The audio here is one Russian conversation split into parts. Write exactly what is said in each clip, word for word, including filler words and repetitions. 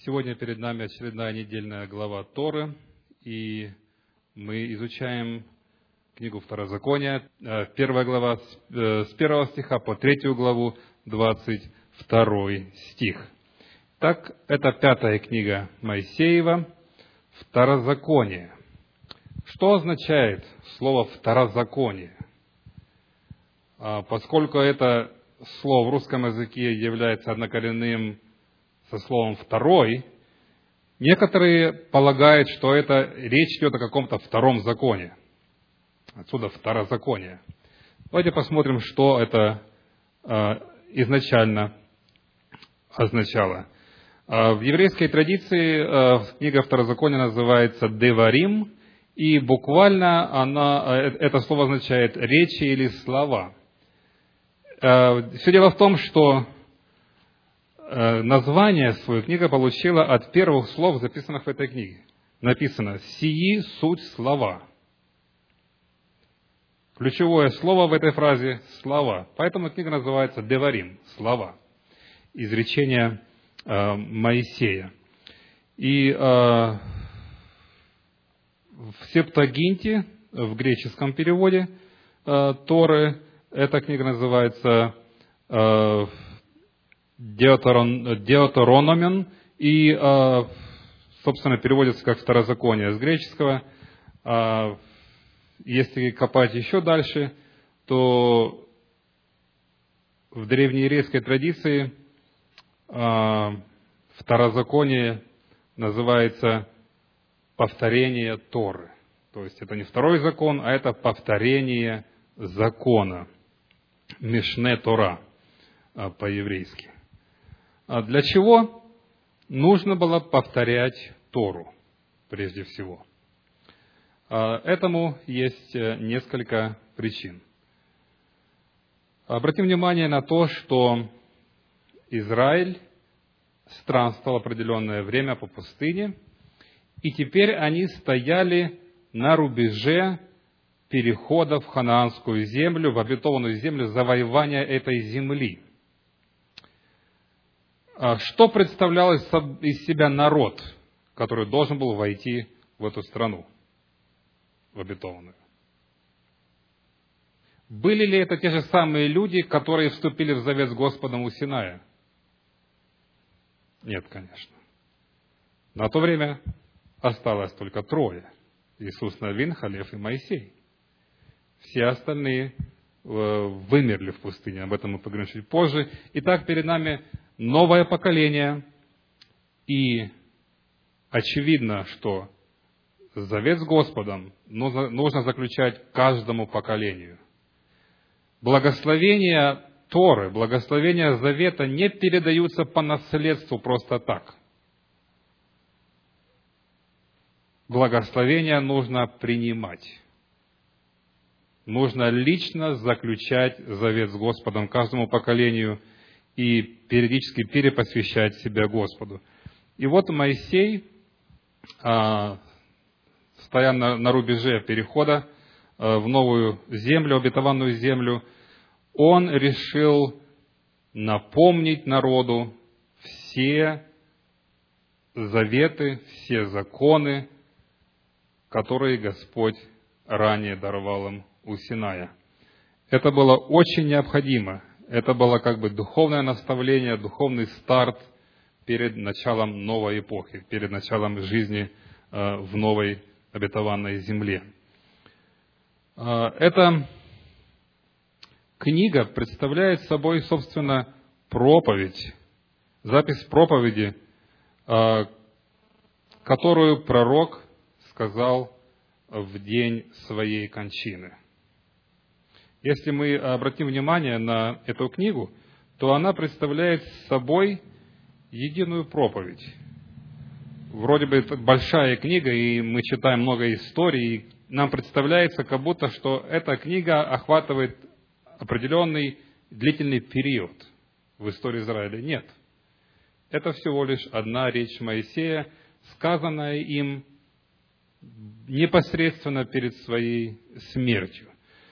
Сегодня перед нами очередная недельная глава Торы, и мы изучаем книгу Второзакония, первая глава с первого стиха по третью главу, двадцать второй стих. Так, это пятая книга Моисеева, Второзаконие. Что означает слово «второзаконие»? Поскольку это слово в русском языке является однокоренным со словом «второй», некоторые полагают, что это речь идет о каком-то втором законе. Отсюда второзаконие. Давайте посмотрим, что это э, изначально означало. Э, в еврейской традиции э, книга Второзакония называется «деварим», и буквально она, э, это слово означает «речи» или «слова». Э, все дело в том, что название свою книга получила от первых слов, записанных в этой книге. Написано «Сии суть слова». Ключевое слово в этой фразе – слова. Поэтому книга называется «Деварим» – слова. Изречение э, Моисея. И э, в Септуагинте, в греческом переводе э, Торы, эта книга называется э, Деутерономен, и, собственно, переводится как «второзаконие» с греческого. Если копать еще дальше, то в древнееврейской традиции второзаконие называется повторение Торы. То есть это не второй закон, а это повторение закона. Мишне Тора по-еврейски. Для чего нужно было повторять Тору, прежде всего? Этому есть несколько причин. Обратим внимание на то, что Израиль странствовал определенное время по пустыне, и теперь они стояли на рубеже перехода в ханаанскую землю, в обетованную землю, завоевания этой земли. Что представлял из себя народ, который должен был войти в эту страну, в обетованную? Были ли это те же самые люди, которые вступили в завет с Господом у Синая? Нет, конечно. На то время осталось только трое: Иисус Навин, Халев и Моисей. Все остальные вымерли в пустыне. Об этом мы поговорим чуть позже. Итак, перед нами новое поколение, и очевидно, что завет с Господом нужно, нужно заключать каждому поколению. Благословения Торы, благословения завета не передаются по наследству просто так. Благословения нужно принимать. Нужно лично заключать завет с Господом каждому поколению и периодически перепосвящать себя Господу. И вот Моисей, стоя на рубеже перехода в новую землю, обетованную землю, он решил напомнить народу все заветы, все законы, которые Господь ранее даровал им у Синая. Это было очень необходимо. Это было как бы духовное наставление, духовный старт перед началом новой эпохи, перед началом жизни в новой обетованной земле. Эта книга представляет собой, собственно, проповедь, запись проповеди, которую пророк сказал в день своей кончины. Если мы обратим внимание на эту книгу, то она представляет собой единую проповедь. Вроде бы это большая книга, и мы читаем много историй, и нам представляется, как будто, что эта книга охватывает определенный длительный период в истории Израиля. Нет. Это всего лишь одна речь Моисея, сказанная им непосредственно перед своей смертью.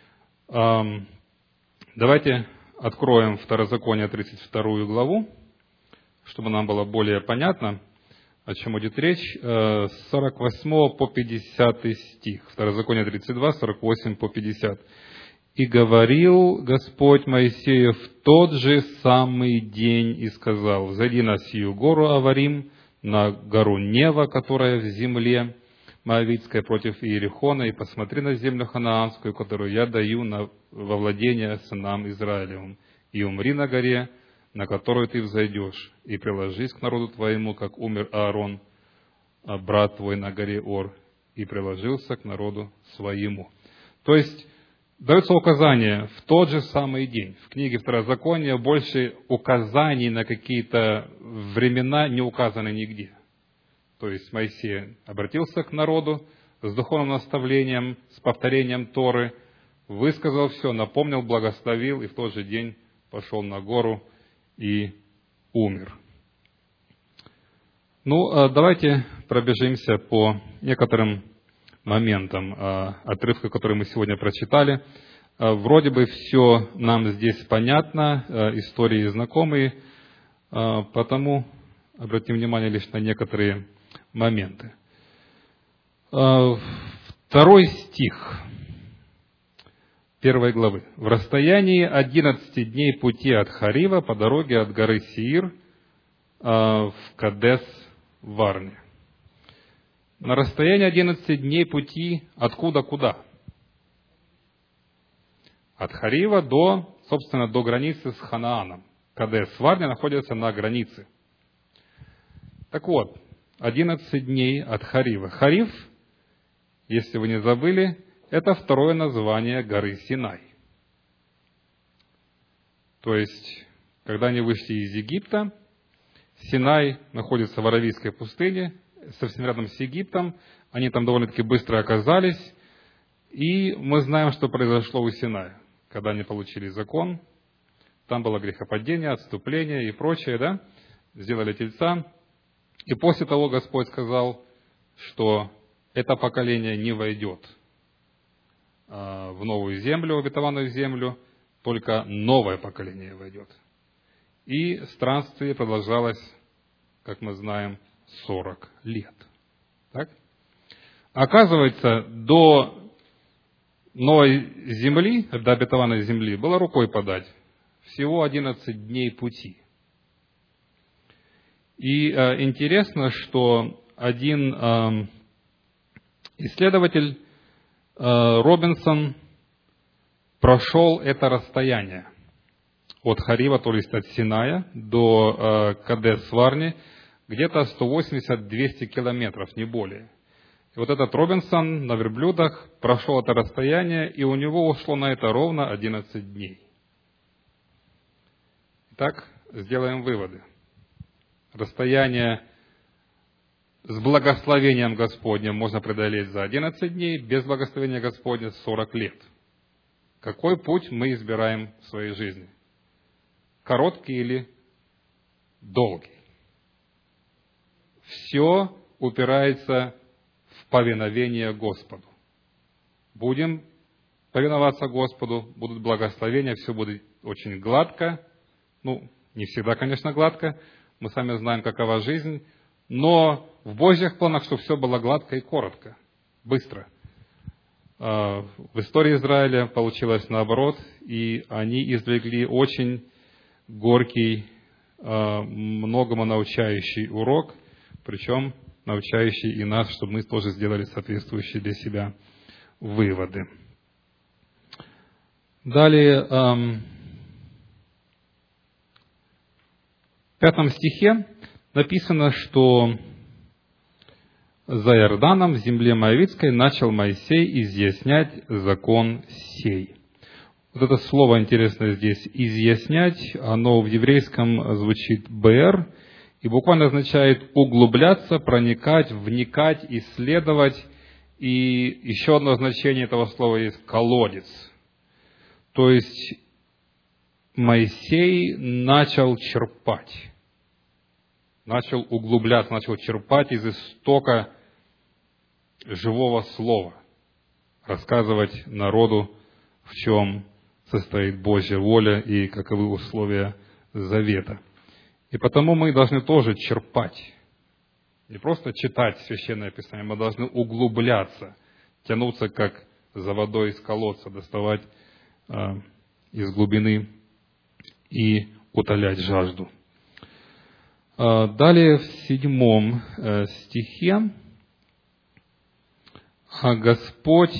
Давайте откроем Второзаконие, тридцать вторую главу, чтобы нам было более понятно, о чем идет речь, с сорок восьмого по пятидесятый стих. Второзаконие тридцать два, сорок восемь по пятьдесят. «И говорил Господь Моисею в тот же самый день и сказал: взойди на сию гору Аварим, на гору Нева, которая в земле Моавитской против Иерихона, и посмотри на землю ханаанскую, которую я даю на, во владение сынам Израилевым, и умри на горе, на которую ты взойдешь, и приложись к народу твоему, как умер Аарон, брат твой, на горе Ор, и приложился к народу своему». То есть, дается указание в тот же самый день. В книге Второзакония больше указаний на какие-то времена не указаны нигде. То есть Моисей обратился к народу с духовным наставлением, с повторением Торы, высказал все, напомнил, благословил, и в тот же день пошел на гору и умер. Ну, давайте пробежимся по некоторым моментам отрывка, который мы сегодня прочитали. Вроде бы все нам здесь понятно, истории знакомые, потому обратим внимание лишь на некоторые моменты. Второй стих первой главы. «В расстоянии одиннадцати дней пути от Харива по дороге от горы Сеир в Кадес-Варне». На расстоянии одиннадцати дней пути откуда куда? От Харива до, собственно, до границы с Ханааном. Кадес-Варне находится на границе. Так вот, одиннадцать дней от Харива. Харив, если вы не забыли, это второе название горы Синай. То есть, когда они вышли из Египта, Синай находится в Аравийской пустыне, совсем рядом с Египтом. Они там довольно-таки быстро оказались. И мы знаем, что произошло у Синая. Когда они получили закон, там было грехопадение, отступление и прочее, да? Сделали тельца. И после того Господь сказал, что это поколение не войдет в новую землю, в обетованную землю, только новое поколение войдет. И странствие продолжалось, как мы знаем, сорок лет. Так? Оказывается, до новой земли, до обетованной земли, было рукой подать. Всего одиннадцать дней пути. И э, интересно, что один э, исследователь, э, Робинсон, прошел это расстояние от Харива, то есть от Синая, до э, Кадес-Варни, где-то сто восемьдесят - двести километров, не более. И вот этот Робинсон на верблюдах прошел это расстояние, и у него ушло на это ровно одиннадцать дней. Итак, сделаем выводы. Расстояние с благословением Господним можно преодолеть за одиннадцать дней, без благословения Господня сорок лет. Какой путь мы избираем в своей жизни? Короткий или долгий? Все упирается в повиновение Господу. Будем повиноваться Господу, будут благословения, все будет очень гладко. Ну, не всегда, конечно, гладко. Мы сами знаем, какова жизнь. Но в Божьих планах, чтобы все было гладко и коротко, быстро. В истории Израиля получилось наоборот, и они извлекли очень горький, многому научающий урок, причем научающий и нас, чтобы мы тоже сделали соответствующие для себя выводы. Далее, в пятом стихе написано, что за Иорданом, в земле Моавитской, начал Моисей изъяснять закон сей. Вот это слово интересное здесь, изъяснять, оно в еврейском звучит «бэр», и буквально означает углубляться, проникать, вникать, исследовать. И еще одно значение этого слова есть «колодец». То есть Моисей начал черпать, начал углубляться, начал черпать из истока живого слова, рассказывать народу, в чем состоит Божья воля и каковы условия завета. И потому мы должны тоже черпать Не просто читать Священное Писание, мы должны углубляться, тянуться как за водой из колодца, доставать э, из глубины и утолять жажду. Э, далее в седьмом э, стихе Господь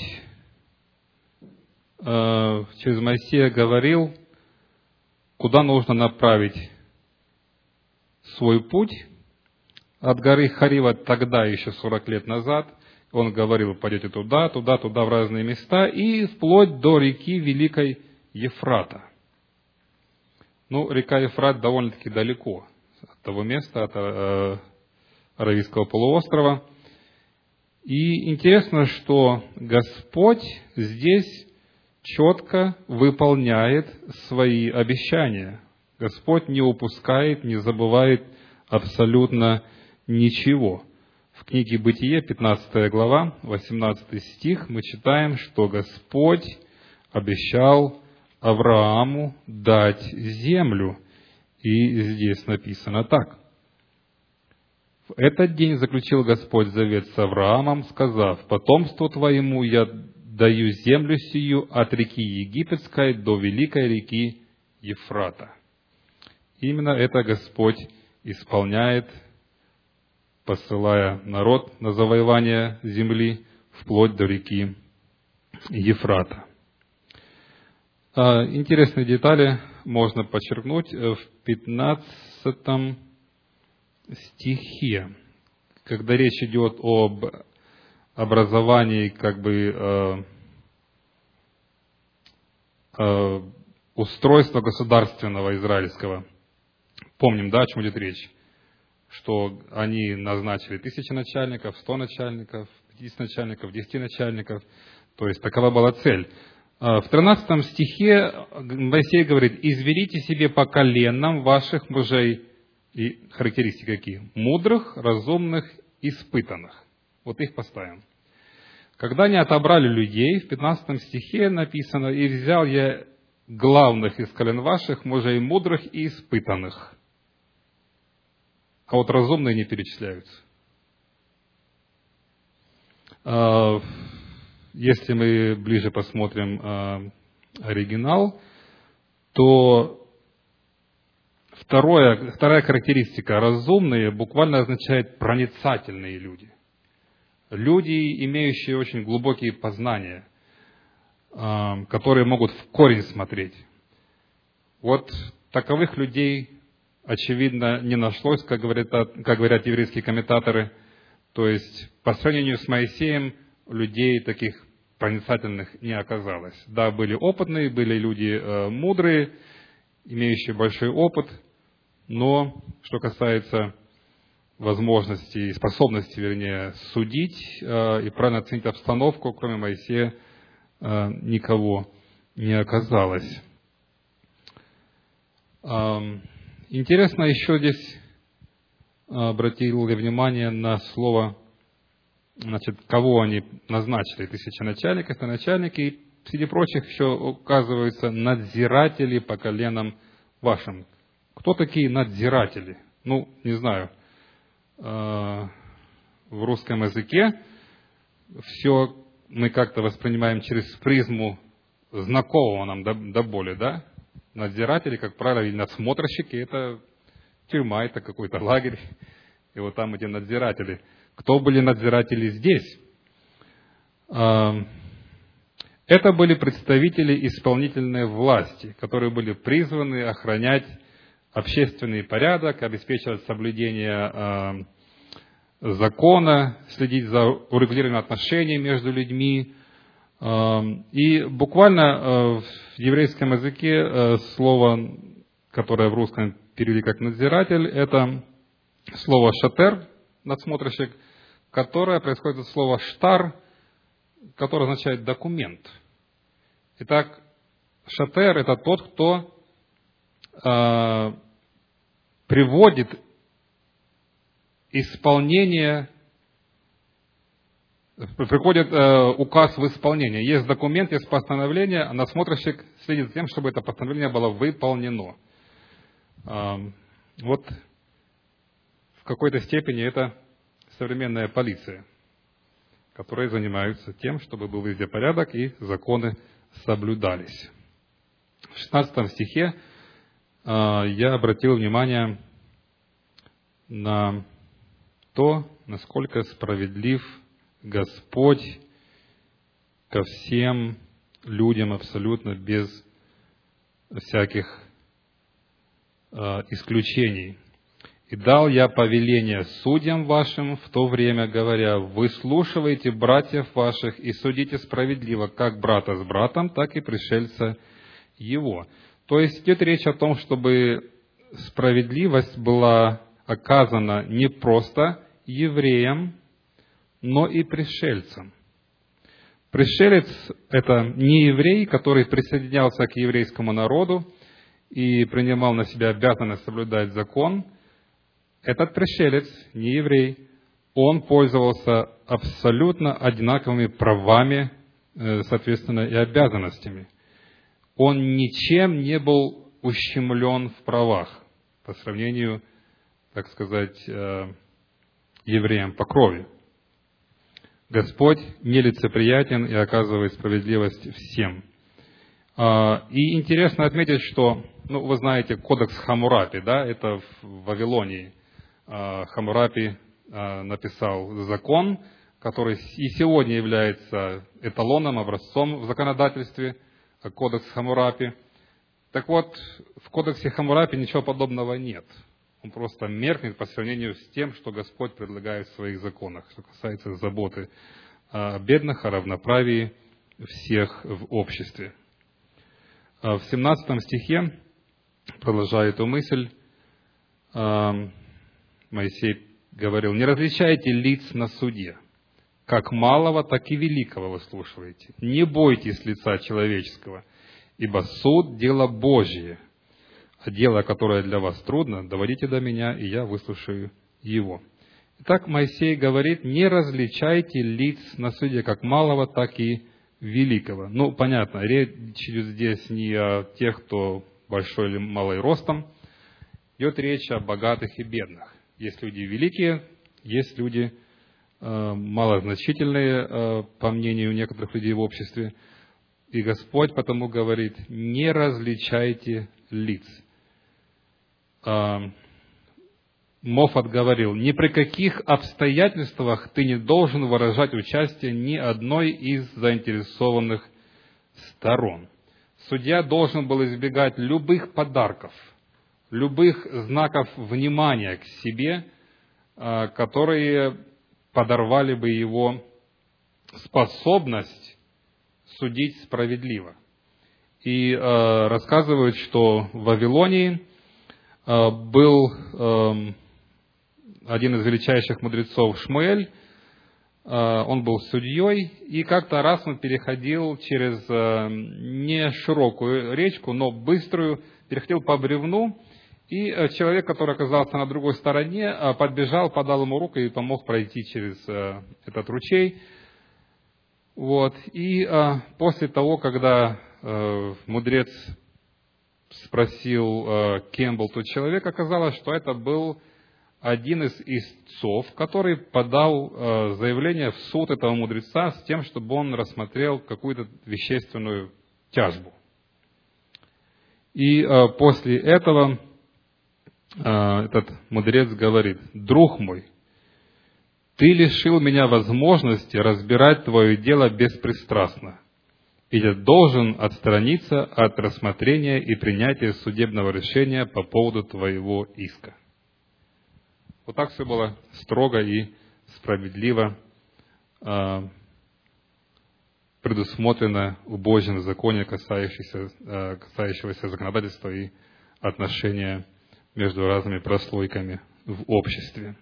э, через Моисея говорил, куда нужно направить свой путь. От горы Харива тогда, еще сорок лет назад, он говорил, пойдете туда, туда, туда, в разные места, и вплоть до реки Великой Ефрата. Ну, река Ефрат довольно-таки далеко от того места, от э, Аравийского полуострова. И интересно, что Господь здесь четко выполняет свои обещания. Господь не упускает, не забывает абсолютно ничего. В книге Бытие, пятнадцатая глава, восемнадцатый стих, мы читаем, что Господь обещал Аврааму дать землю. И здесь написано так. В этот день заключил Господь завет с Авраамом, сказав, потомству твоему я даю землю сию от реки Египетской до великой реки Ефрата. Именно это Господь исполняет, посылая народ на завоевание земли вплоть до реки Ефрата. Интересные детали можно подчеркнуть в пятнадцатом стихе, когда речь идет об образовании как бы э, э, устройства государственного израильского. Помним, да, о чем идет речь? Что они назначили тысячи начальников, сто начальников, пятьдесят начальников, десять начальников. То есть такова была цель. В тринадцатом стихе Моисей говорит, «Изберите себе по коленам ваших мужей». И характеристики какие? Мудрых, разумных, испытанных. Вот их поставим. Когда они отобрали людей, в пятнадцатом стихе написано, «И взял я главных из колен ваших, мужей мудрых и испытанных». А вот разумные не перечисляются. Если мы ближе посмотрим оригинал, то второе, вторая характеристика «разумные» буквально означает «проницательные люди». Люди, имеющие очень глубокие познания, которые могут в корень смотреть. Вот таковых людей, очевидно, не нашлось, как говорят, как говорят еврейские комментаторы. То есть, по сравнению с Моисеем, людей таких проницательных не оказалось. Да, были опытные, были люди э, мудрые, имеющие большой опыт, но что касается возможности и способности, вернее, судить э, и правильно оценить обстановку, кроме Моисея, э, никого не оказалось. Э, интересно еще здесь, обратил ли внимание на слово, значит, кого они назначили, тысячи начальников и начальники, и среди прочих еще указываются надзиратели по коленам вашим. Кто такие надзиратели? Ну, не знаю, в русском языке все мы как-то воспринимаем через призму знакомого нам до, до боли, да? Надзиратели, как правило, или надсмотрщики, это тюрьма, это какой-то лагерь, и вот там эти надзиратели. Кто были надзиратели здесь? Это были представители исполнительной власти, которые были призваны охранять общественный порядок, обеспечивать соблюдение закона, следить за урегулированием отношений между людьми. И буквально в еврейском языке слово, которое в русском перевели как надзиратель, это слово «шатер», надсмотрщик, которое происходит от слова «штар», которое означает «документ». Итак, шатер – это тот, кто э, приводит исполнение, приходит э, указ в исполнение. Есть документ, есть постановление, а надсмотрщик следит за тем, чтобы это постановление было выполнено. Э, вот в какой-то степени это современная полиция, которые занимаются тем, чтобы был везде порядок и законы соблюдались. В шестнадцатом стихе э, я обратил внимание на то, насколько справедлив Господь ко всем людям абсолютно без всяких э, исключений. «И дал я повеление судьям вашим в то время, говоря, выслушивайте братьев ваших и судите справедливо, как брата с братом, так и пришельца его». То есть идет речь о том, чтобы справедливость была оказана не просто евреям, но и пришельцам. Пришелец – это не еврей, который присоединялся к еврейскому народу и принимал на себя обязанность соблюдать закон. Этот пришелец, не еврей, он пользовался абсолютно одинаковыми правами, соответственно, и обязанностями. Он ничем не был ущемлен в правах по сравнению, так сказать, евреям по крови. Господь нелицеприятен и оказывает справедливость всем. И интересно отметить, что, ну, вы знаете, кодекс Хаммурапи, да, это в Вавилонии. Хаммурапи написал закон, который и сегодня является эталоном, образцом в законодательстве, кодекс Хаммурапи. Так вот, в кодексе Хаммурапи ничего подобного нет. Он просто меркнет по сравнению с тем, что Господь предлагает в своих законах, что касается заботы о бедных, о равноправии всех в обществе. В семнадцатом стихе, продолжая эту мысль, Моисей говорил: «Не различайте лиц на суде, как малого, так и великого выслушивайте. Не бойтесь лица человеческого, ибо суд – дело Божие. А дело, которое для вас трудно, доводите до меня, и я выслушаю его». Итак, Моисей говорит: не различайте лиц на суде, как малого, так и великого. Ну, понятно, речь идет здесь не о тех, кто большой или малый ростом, идет речь о богатых и бедных. Есть люди великие, есть люди э, малозначительные, э, по мнению некоторых людей в обществе. И Господь потому говорит: не различайте лиц. Моффат говорил: ни при каких обстоятельствах ты не должен выражать участие ни одной из заинтересованных сторон. Судья должен был избегать любых подарков, любых знаков внимания к себе, которые подорвали бы его способность судить справедливо. И рассказывают, что в Вавилонии был один из величайших мудрецов Шмуэль, он был судьей, и как-то раз он переходил через не широкую речку, но быструю, переходил по бревну, и человек, который оказался на другой стороне, подбежал, подал ему руку и помог пройти через этот ручей. Вот. И после того, когда мудрец спросил, кем был тот человек, оказалось, что это был один из истцов, который подал заявление в суд этого мудреца с тем, чтобы он рассмотрел какую-то вещественную тяжбу. И после этого этот мудрец говорит: «Друг мой, ты лишил меня возможности разбирать твое дело беспристрастно, и я должен отстраниться от рассмотрения и принятия судебного решения по поводу твоего иска». Вот так все было строго и справедливо э, предусмотрено в Божьем законе, касающегося, э, касающегося законодательства и отношения между разными прослойками в обществе.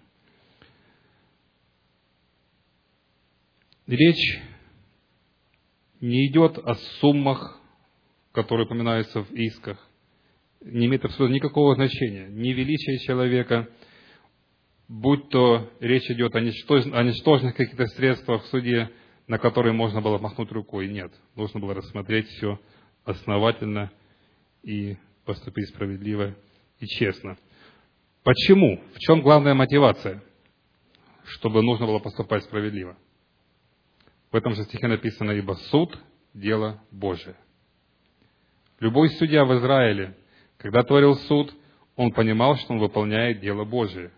Речь не идет о суммах, которые упоминаются в исках, не имеет абсолютно никакого значения. Ни величие человека, будь то речь идет о ничтожных, о ничтожных каких-то средствах в суде, на которые можно было махнуть рукой. Нет, нужно было рассмотреть все основательно и поступить справедливо и честно. Почему? В чем главная мотивация? чтобы нужно было поступать справедливо. В этом же стихе написано: «Ибо суд – дело Божие». Любой судья в Израиле, когда творил суд, он понимал, что он выполняет дело Божие.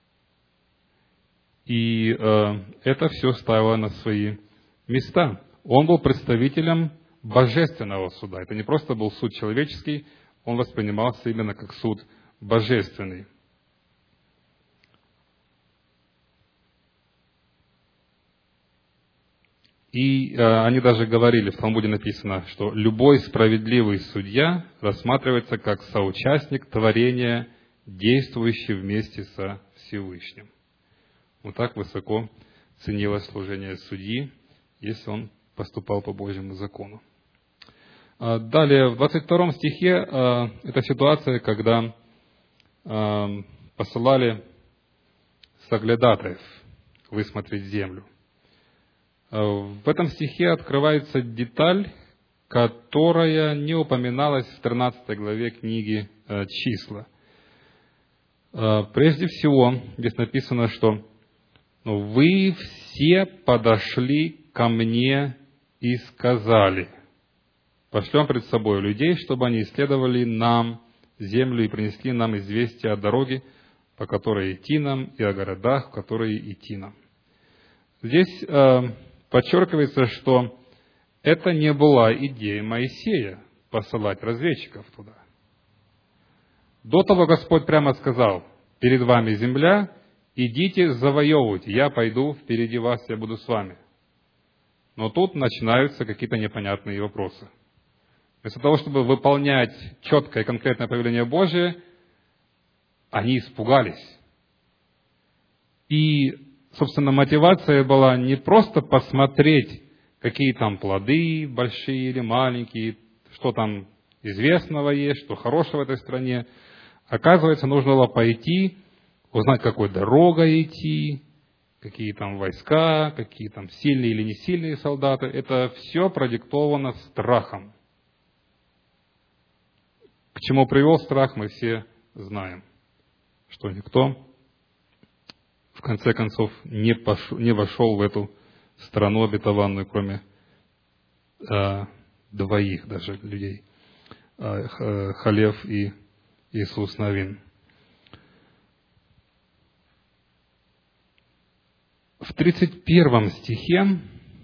И э, это все ставило на свои места. Он был представителем божественного суда. Это не просто был суд человеческий, он воспринимался именно как суд божественный. И э, они даже говорили, в Талмуде написано, что любой справедливый судья рассматривается как соучастник творения, действующий вместе со Всевышним. Вот так высоко ценилось служение судьи, если он поступал по Божьему закону. Далее, в двадцать втором стихе, это ситуация, когда посылали соглядатаев высмотреть землю. В этом стихе открывается деталь, которая не упоминалась в тринадцатой главе книги «Числа». Прежде всего, здесь написано, что «вы все подошли ко мне и сказали: пошлем пред собой людей, чтобы они исследовали нам землю и принесли нам известие о дороге, по которой идти нам, и о городах, в которые идти нам». Здесь э, подчеркивается, что это не была идея Моисея посылать разведчиков туда. До того Господь прямо сказал: «Перед вами земля, идите завоевывайте, я пойду впереди вас, я буду с вами». Но тут начинаются какие-то непонятные вопросы. Вместо того, чтобы выполнять четкое и конкретное повеление Божие, они испугались. И, собственно, мотивация была не просто посмотреть, какие там плоды, большие или маленькие, что там известного есть, что хорошего в этой стране. Оказывается, нужно было пойти, узнать, какой дорогой идти, какие там войска, какие там сильные или не сильные солдаты. Это все продиктовано страхом. К чему привел страх, мы все знаем, что никто, в конце концов, не, пошел, не вошел в эту страну обетованную, кроме э, двоих даже людей, э, Халев и Иисус Навин. В тридцать первом стихе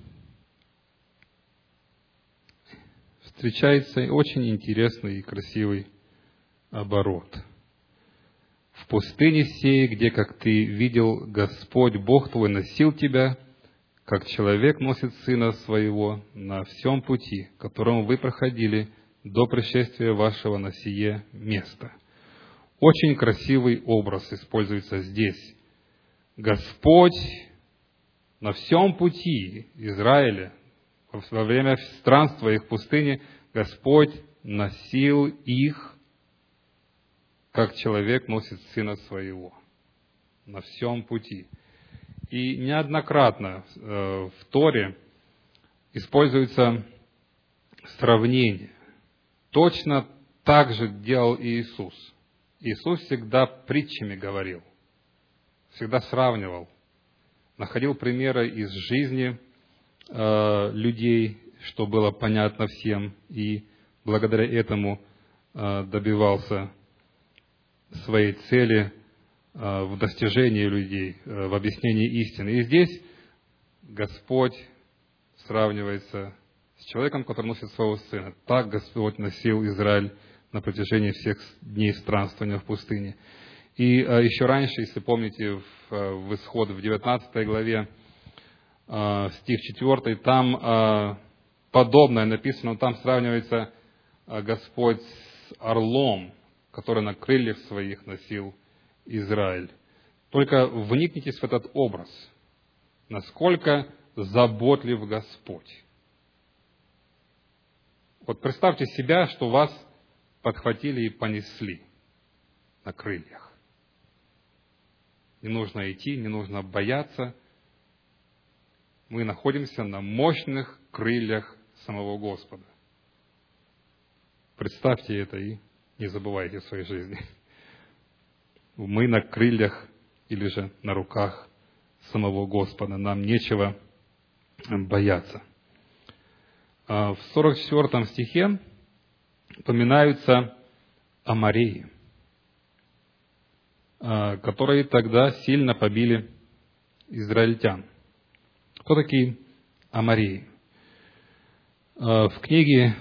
встречается очень интересный и красивый оборот. «В пустыне сей, где, как ты видел, Господь Бог твой носил тебя, как человек носит сына своего на всем пути, которым вы проходили до пришествия вашего на сие место». Очень красивый образ используется здесь. Господь на всем пути Израиля, во время странства их в пустыне, Господь носил их, как человек носит сына своего. На всем пути. И неоднократно в Торе используется сравнение. Точно так же делал и Иисус. Иисус всегда притчами говорил, всегда сравнивал, находил примеры из жизни э, людей, что было понятно всем, и благодаря этому э, добивался своей цели э, в достижении людей, э, в объяснении истины. И здесь Господь сравнивается с человеком, который носит своего сына. Так Господь носил Израиль на протяжении всех дней странствования в пустыне. И а, еще раньше, если помните, в, в Исход, в девятнадцатой главе, а, стих четвёртый, там а, подобное написано, там сравнивается а, Господь с орлом, который на крыльях своих носил Израиль. Только вникнитесь в этот образ, насколько заботлив Господь. Вот представьте себя, что вас подхватили и понесли на крыльях. Не нужно идти, не нужно бояться. Мы находимся на мощных крыльях самого Господа. Представьте это и не забывайте в своей жизни. Мы на крыльях или же на руках самого Господа. Нам нечего бояться. В сорок четвёртом стихе упоминаются амореи, которые тогда сильно побили израильтян. Кто такие амореи? В книге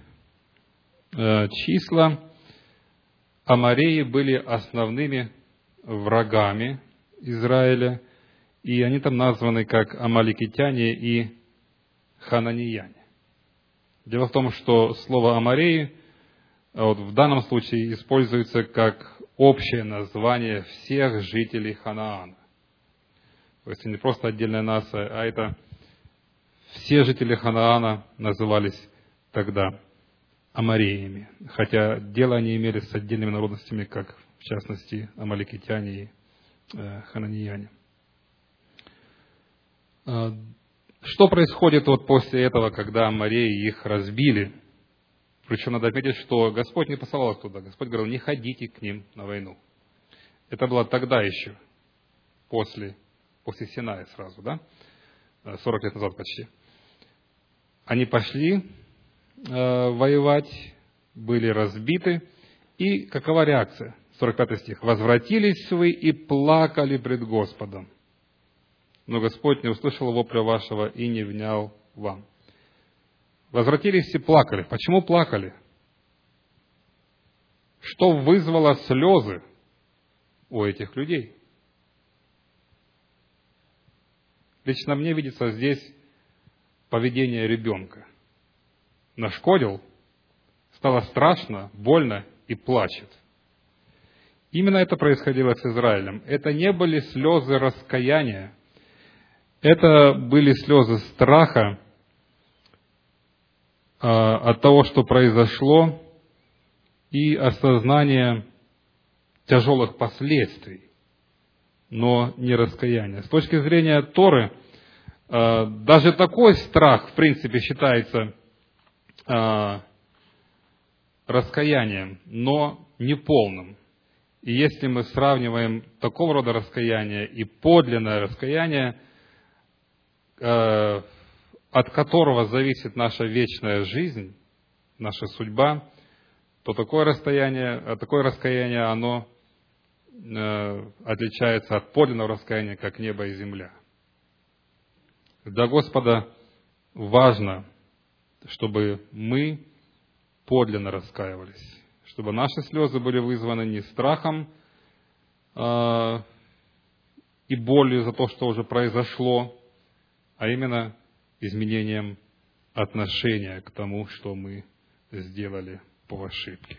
«Числа» амореи были основными врагами Израиля, и они там названы как амаликитяне и хананияне. Дело в том, что слово «амореи» вот в данном случае используется как общее название всех жителей Ханаана. То есть не просто отдельная нация, а это все жители Ханаана назывались тогда амореями, хотя дело они имели с отдельными народностями, как в частности амаликитяне и э, хананияне. Что происходит вот после этого, когда амореи их разбили? Причем надо отметить, что Господь не посылал их туда. Господь говорил, не ходите к ним на войну. Это было тогда еще, после, после Синая сразу, да? сорок лет назад почти. Они пошли э, воевать, были разбиты. И какова реакция? сорок пятый стих. «Возвратились вы и плакали пред Господом. Но Господь не услышал вопля вашего и не внял вам». Возвратились и плакали. Почему плакали? Что вызвало слезы у этих людей? Лично мне видится здесь поведение ребенка. Нашкодил, стало страшно, больно и плачет. Именно это происходило с Израилем. Это не были слезы раскаяния, это были слезы страха от того, что произошло, и осознание тяжелых последствий, но не раскаяния. С точки зрения Торы, даже такой страх, в принципе, считается раскаянием, но неполным. И если мы сравниваем такого рода раскаяние и подлинное раскаяние, от которого зависит наша вечная жизнь, наша судьба, то такое расстояние, такое раскаяние, оно э, отличается от подлинного раскаяния, как небо и земля. Для Господа важно, чтобы мы подлинно раскаивались, чтобы наши слезы были вызваны не страхом э, и болью за то, что уже произошло, а именно изменением отношения к тому, что мы сделали по ошибке.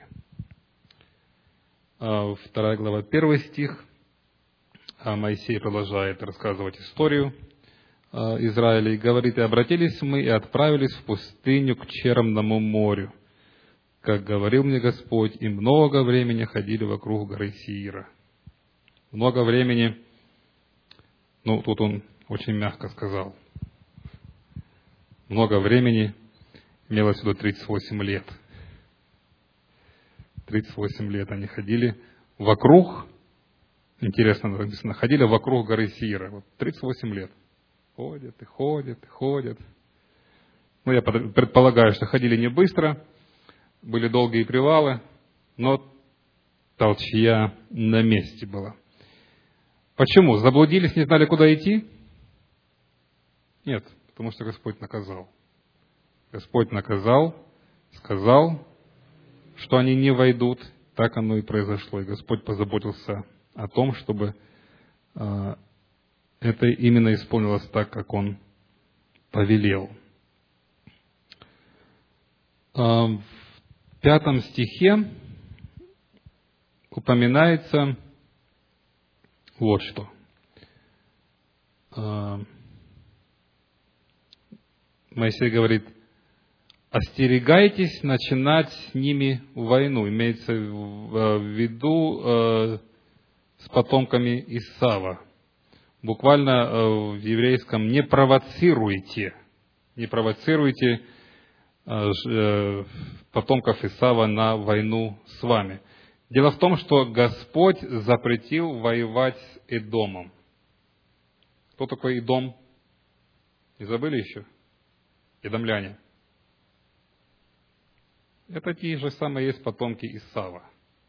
Вторая глава, первый стих. Моисей продолжает рассказывать историю Израиля и говорит: «И обратились мы и отправились в пустыню к Черному морю, как говорил мне Господь, и много времени ходили вокруг горы Сиира». Много времени, ну, тут он очень мягко сказал. Много времени, имелось в виду тридцать восемь лет. тридцать восемь лет они ходили вокруг, интересно написано, ходили вокруг горы Сиира. Вот тридцать восемь лет. Ходят и ходят, и ходят. Ну, я предполагаю, что ходили не быстро, были долгие привалы, но толчья на месте была. Почему? Заблудились, не знали, куда идти? Нет. Потому что Господь наказал. Господь наказал, сказал, что они не войдут. Так оно и произошло. И Господь позаботился о том, чтобы э, это именно исполнилось так, как Он повелел. Э, в пятом стихе упоминается вот что. Э, Моисей говорит: остерегайтесь начинать с ними войну. Имеется в виду э, с потомками Исава. Буквально э, в еврейском не провоцируйте, не провоцируйте э, э, потомков Исава на войну с вами. Дело в том, что Господь запретил воевать с Эдомом. Кто такой Идом? Не забыли еще? Идомляне. Это те же самые есть потомки Исава.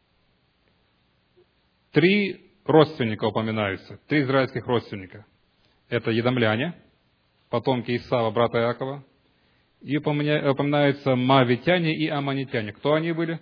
Три родственника упоминаются, три израильских родственника. Это едомляне, потомки Исава, брата Иакова, и упоминаются моавитяне и аммонитяне. Кто они были?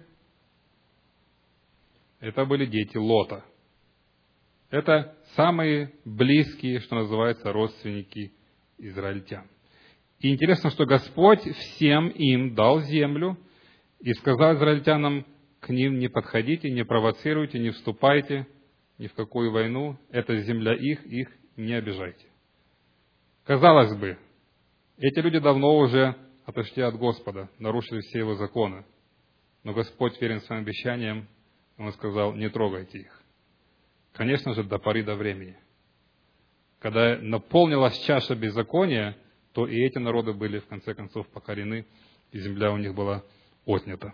Это были дети Лота. Это самые близкие, что называется, родственники израильтян. И интересно, что Господь всем им дал землю и сказал израильтянам: к ним не подходите, не провоцируйте, не вступайте ни в какую войну. Это земля их, их не обижайте. Казалось бы, эти люди давно уже отошли от Господа, нарушили все Его законы. Но Господь верен своим обещаниям, Он сказал: не трогайте их. Конечно же, до поры до времени. Когда наполнилась чаша беззакония, то и эти народы были, в конце концов, покорены, и земля у них была отнята.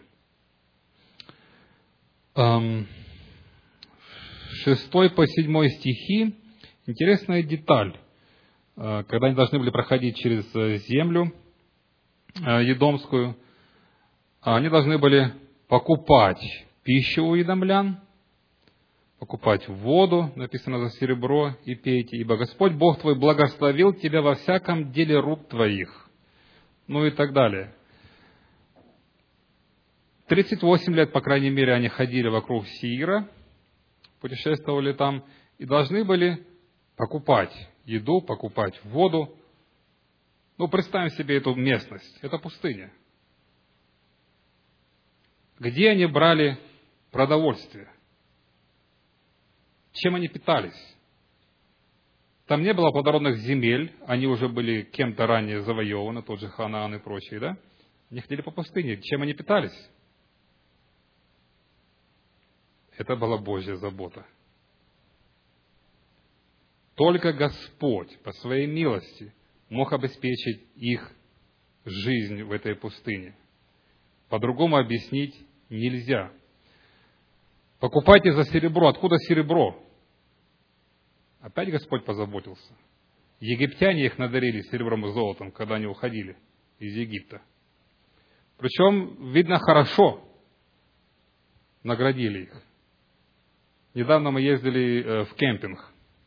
Шестой по седьмой стихи интересная деталь. Когда они должны были проходить через землю едомскую, они должны были покупать пищу у едомлян, покупать воду, написано, за серебро, и пейте, ибо Господь Бог твой благословил тебя во всяком деле рук твоих. Ну и так далее. тридцать восемь лет, по крайней мере, они ходили вокруг Сиира, путешествовали там, и должны были покупать еду, покупать воду. Ну, представим себе эту местность. Это пустыня. Где они брали продовольствие? Чем они питались? Там не было плодородных земель, они уже были кем-то ранее завоеваны, тот же Ханаан и прочие, да? Они ходили по пустыне. Чем они питались? Это была Божья забота. Только Господь по своей милости мог обеспечить их жизнь в этой пустыне. По-другому объяснить нельзя. Покупайте за серебро. Откуда серебро? Опять Господь позаботился. Египтяне их надарили серебром и золотом, когда они уходили из Египта. Причем, видно, хорошо наградили их. Недавно мы ездили в кемпинг.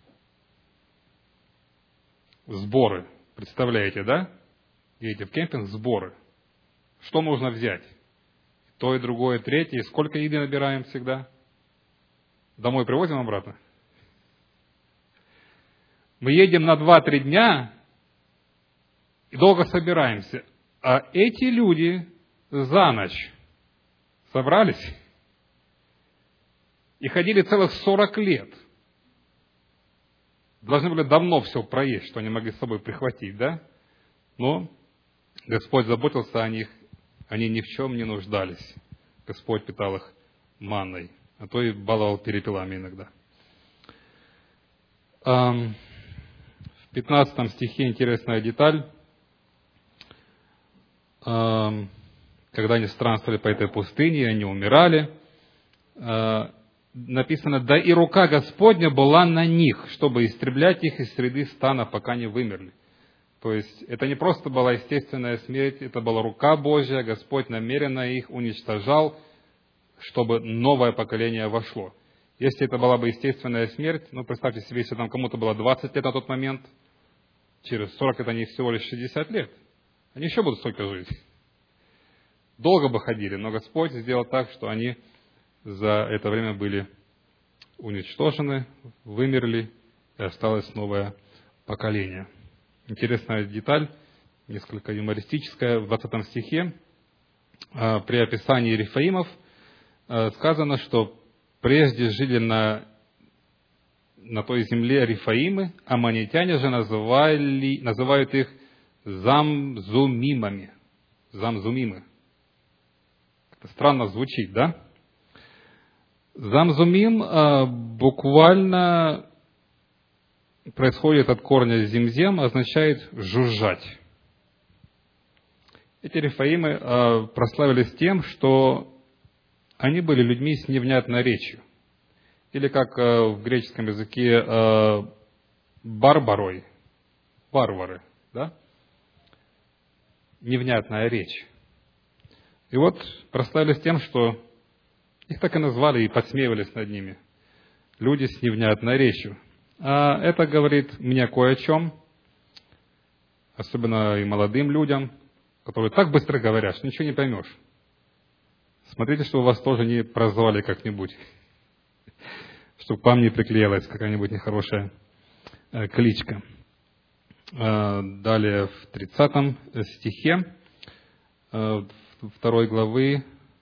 Сборы. Представляете, да? Едете в кемпинг, сборы. Что нужно взять? То и другое, третье. Сколько еды набираем всегда? Домой привозим обратно? Мы едем на два-три дня и долго собираемся. А эти люди за ночь собрались и ходили целых сорок лет. Должны были давно все проесть, что они могли с собой прихватить, да? Но Господь заботился о них, они ни в чем не нуждались. Господь питал их манной, а то и баловал перепелами иногда. В пятнадцатом стихе интересная деталь. Когда они странствовали по этой пустыне, они умирали, написано: да и рука Господня была на них, чтобы истреблять их из среды стана, пока не вымерли. То есть, это не просто была естественная смерть, это была рука Божья, Господь намеренно их уничтожал, чтобы новое поколение вошло. Если это была бы естественная смерть, ну, представьте себе, если там кому-то было двадцать лет на тот момент, через сорок лет они всего лишь шестьдесят лет. Они еще будут столько жить. Долго бы ходили, но Господь сделал так, что они за это время были уничтожены, вымерли, и осталось новое поколение. Интересная деталь, несколько юмористическая. В двадцатом стихе при описании Рифаимов сказано, что прежде жили на, на той земле Рифаимы, аммонитяне же называли, называют их замзумимами. Замзумимы. Это странно звучит, да? Замзумим э, буквально происходит от корня зимзем, означает жужжать. Эти рифаимы э, прославились тем, что они были людьми с невнятной речью. Или как э, в греческом языке э, барбарой, варвары, да? Невнятная речь. И вот прославились тем, что их так и назвали и подсмеивались над ними. Люди с невнятной речью. А это говорит мне кое о чем, особенно и молодым людям, которые так быстро говорят, что ничего не поймешь. Смотрите, что вас тоже не прозвали как-нибудь, чтобы к вам не приклеилась какая-нибудь нехорошая кличка. Далее в тридцатом стихе второй главы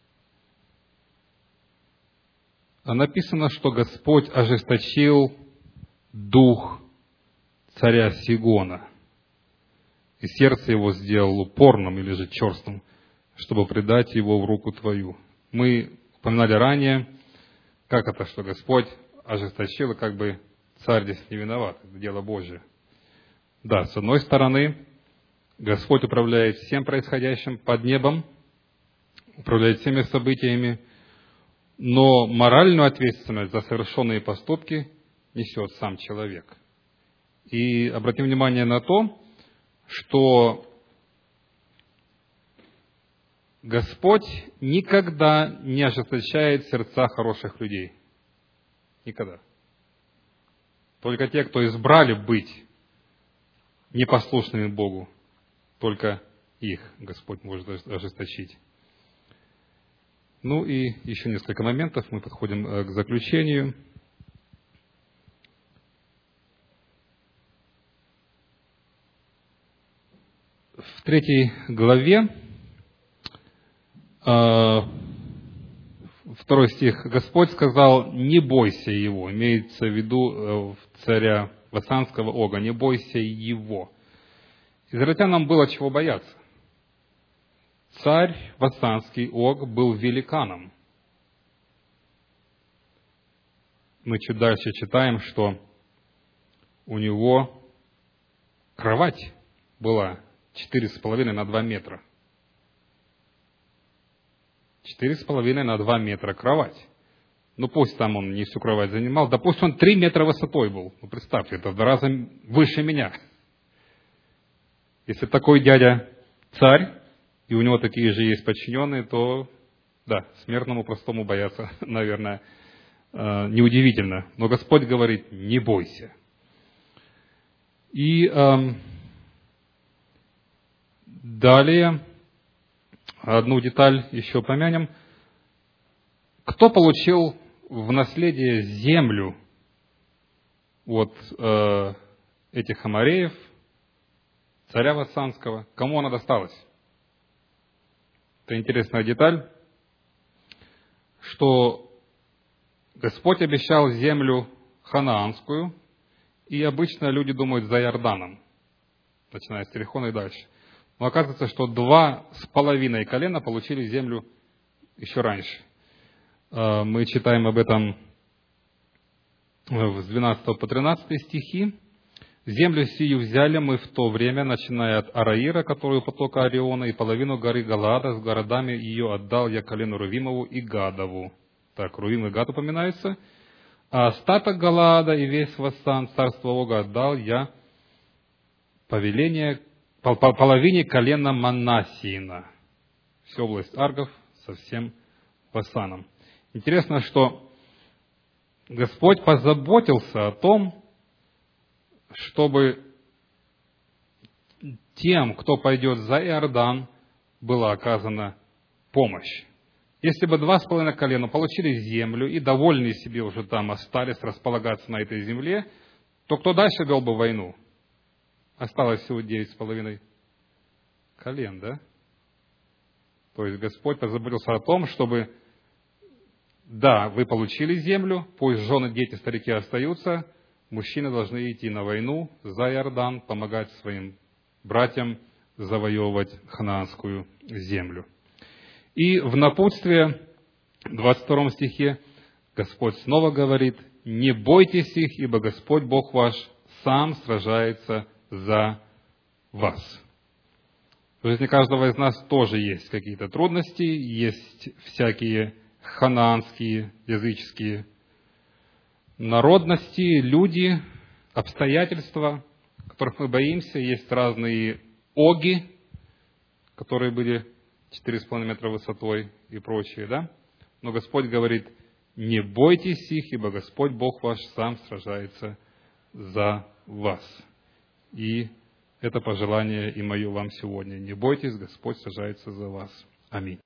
написано, что Господь ожесточил дух царя Сигона, и сердце его сделал упорным или же черствым, чтобы предать его в руку твою. Мы упоминали ранее, как это, что Господь ожесточил, и как бы царь здесь не виноват, это дело Божье. Да, с одной стороны, Господь управляет всем происходящим под небом, управляет всеми событиями, но моральную ответственность за совершенные поступки несет сам человек. И обратим внимание на то, что Господь никогда не ожесточает сердца хороших людей. Никогда. Только те, кто избрали быть непослушными Богу, только их Господь может ожесточить. Ну и еще несколько моментов, мы подходим к заключению. В третьей главе, второй стих, Господь сказал: не бойся его, имеется в виду царя Вассанского ога, не бойся его. Израильтянам было чего бояться. Царь Вассанский ог был великаном. Мы чуть дальше читаем, что у него кровать была четыре с половиной на два метра. Четыре с половиной на два метра кровать. Ну, пусть там он не всю кровать занимал, да пусть он три метра высотой был. Ну, представьте, это в два раза выше меня. Если такой дядя царь, и у него такие же есть подчиненные, то, да, смертному простому бояться, наверное, неудивительно. Но Господь говорит: не бойся. И э, далее одну деталь еще помянем. Кто получил в наследие землю от э, этих амореев, царя Вассанского? Кому она досталась? Это интересная деталь, что Господь обещал землю ханаанскую, и обычно люди думают за Иорданом, начиная с Иерихона и дальше. Но оказывается, что два с половиной колена получили землю еще раньше. Мы читаем об этом с двенадцатого по тринадцатый стихи. «Землю сию взяли мы в то время, начиная от Араира, который у потока Ориона, и половину горы Галаада с городами ее отдал я колену Рувимову и Гадову». Так, Рувим и Гад упоминаются. «А остаток Галаада и весь Вассан, царство Ога, отдал я повеление, пол, половине колена Манассиина». Всю область Аргов со всем Вассаном. Интересно, что Господь позаботился о том, чтобы тем, кто пойдет за Иордан, была оказана помощь. Если бы два с половиной колена получили землю и довольные себе уже там остались располагаться на этой земле, то кто дальше вел бы войну? Осталось всего девять с половиной колен, да? То есть Господь позаботился о том, чтобы, да, вы получили землю, пусть жены, дети, старики остаются, мужчины должны идти на войну за Иордан, помогать своим братьям завоевывать ханаанскую землю. И в напутствие, в двадцать втором стихе, Господь снова говорит: «Не бойтесь их, ибо Господь Бог ваш сам сражается за вас». В жизни каждого из нас тоже есть какие-то трудности, есть всякие ханаанские, языческие народности, люди, обстоятельства, которых мы боимся. Есть разные оги, которые были четыре с половиной метра высотой и прочие, да? Но Господь говорит, не бойтесь их, ибо Господь Бог ваш сам сражается за вас. И это пожелание и мое вам сегодня. Не бойтесь, Господь сражается за вас. Аминь.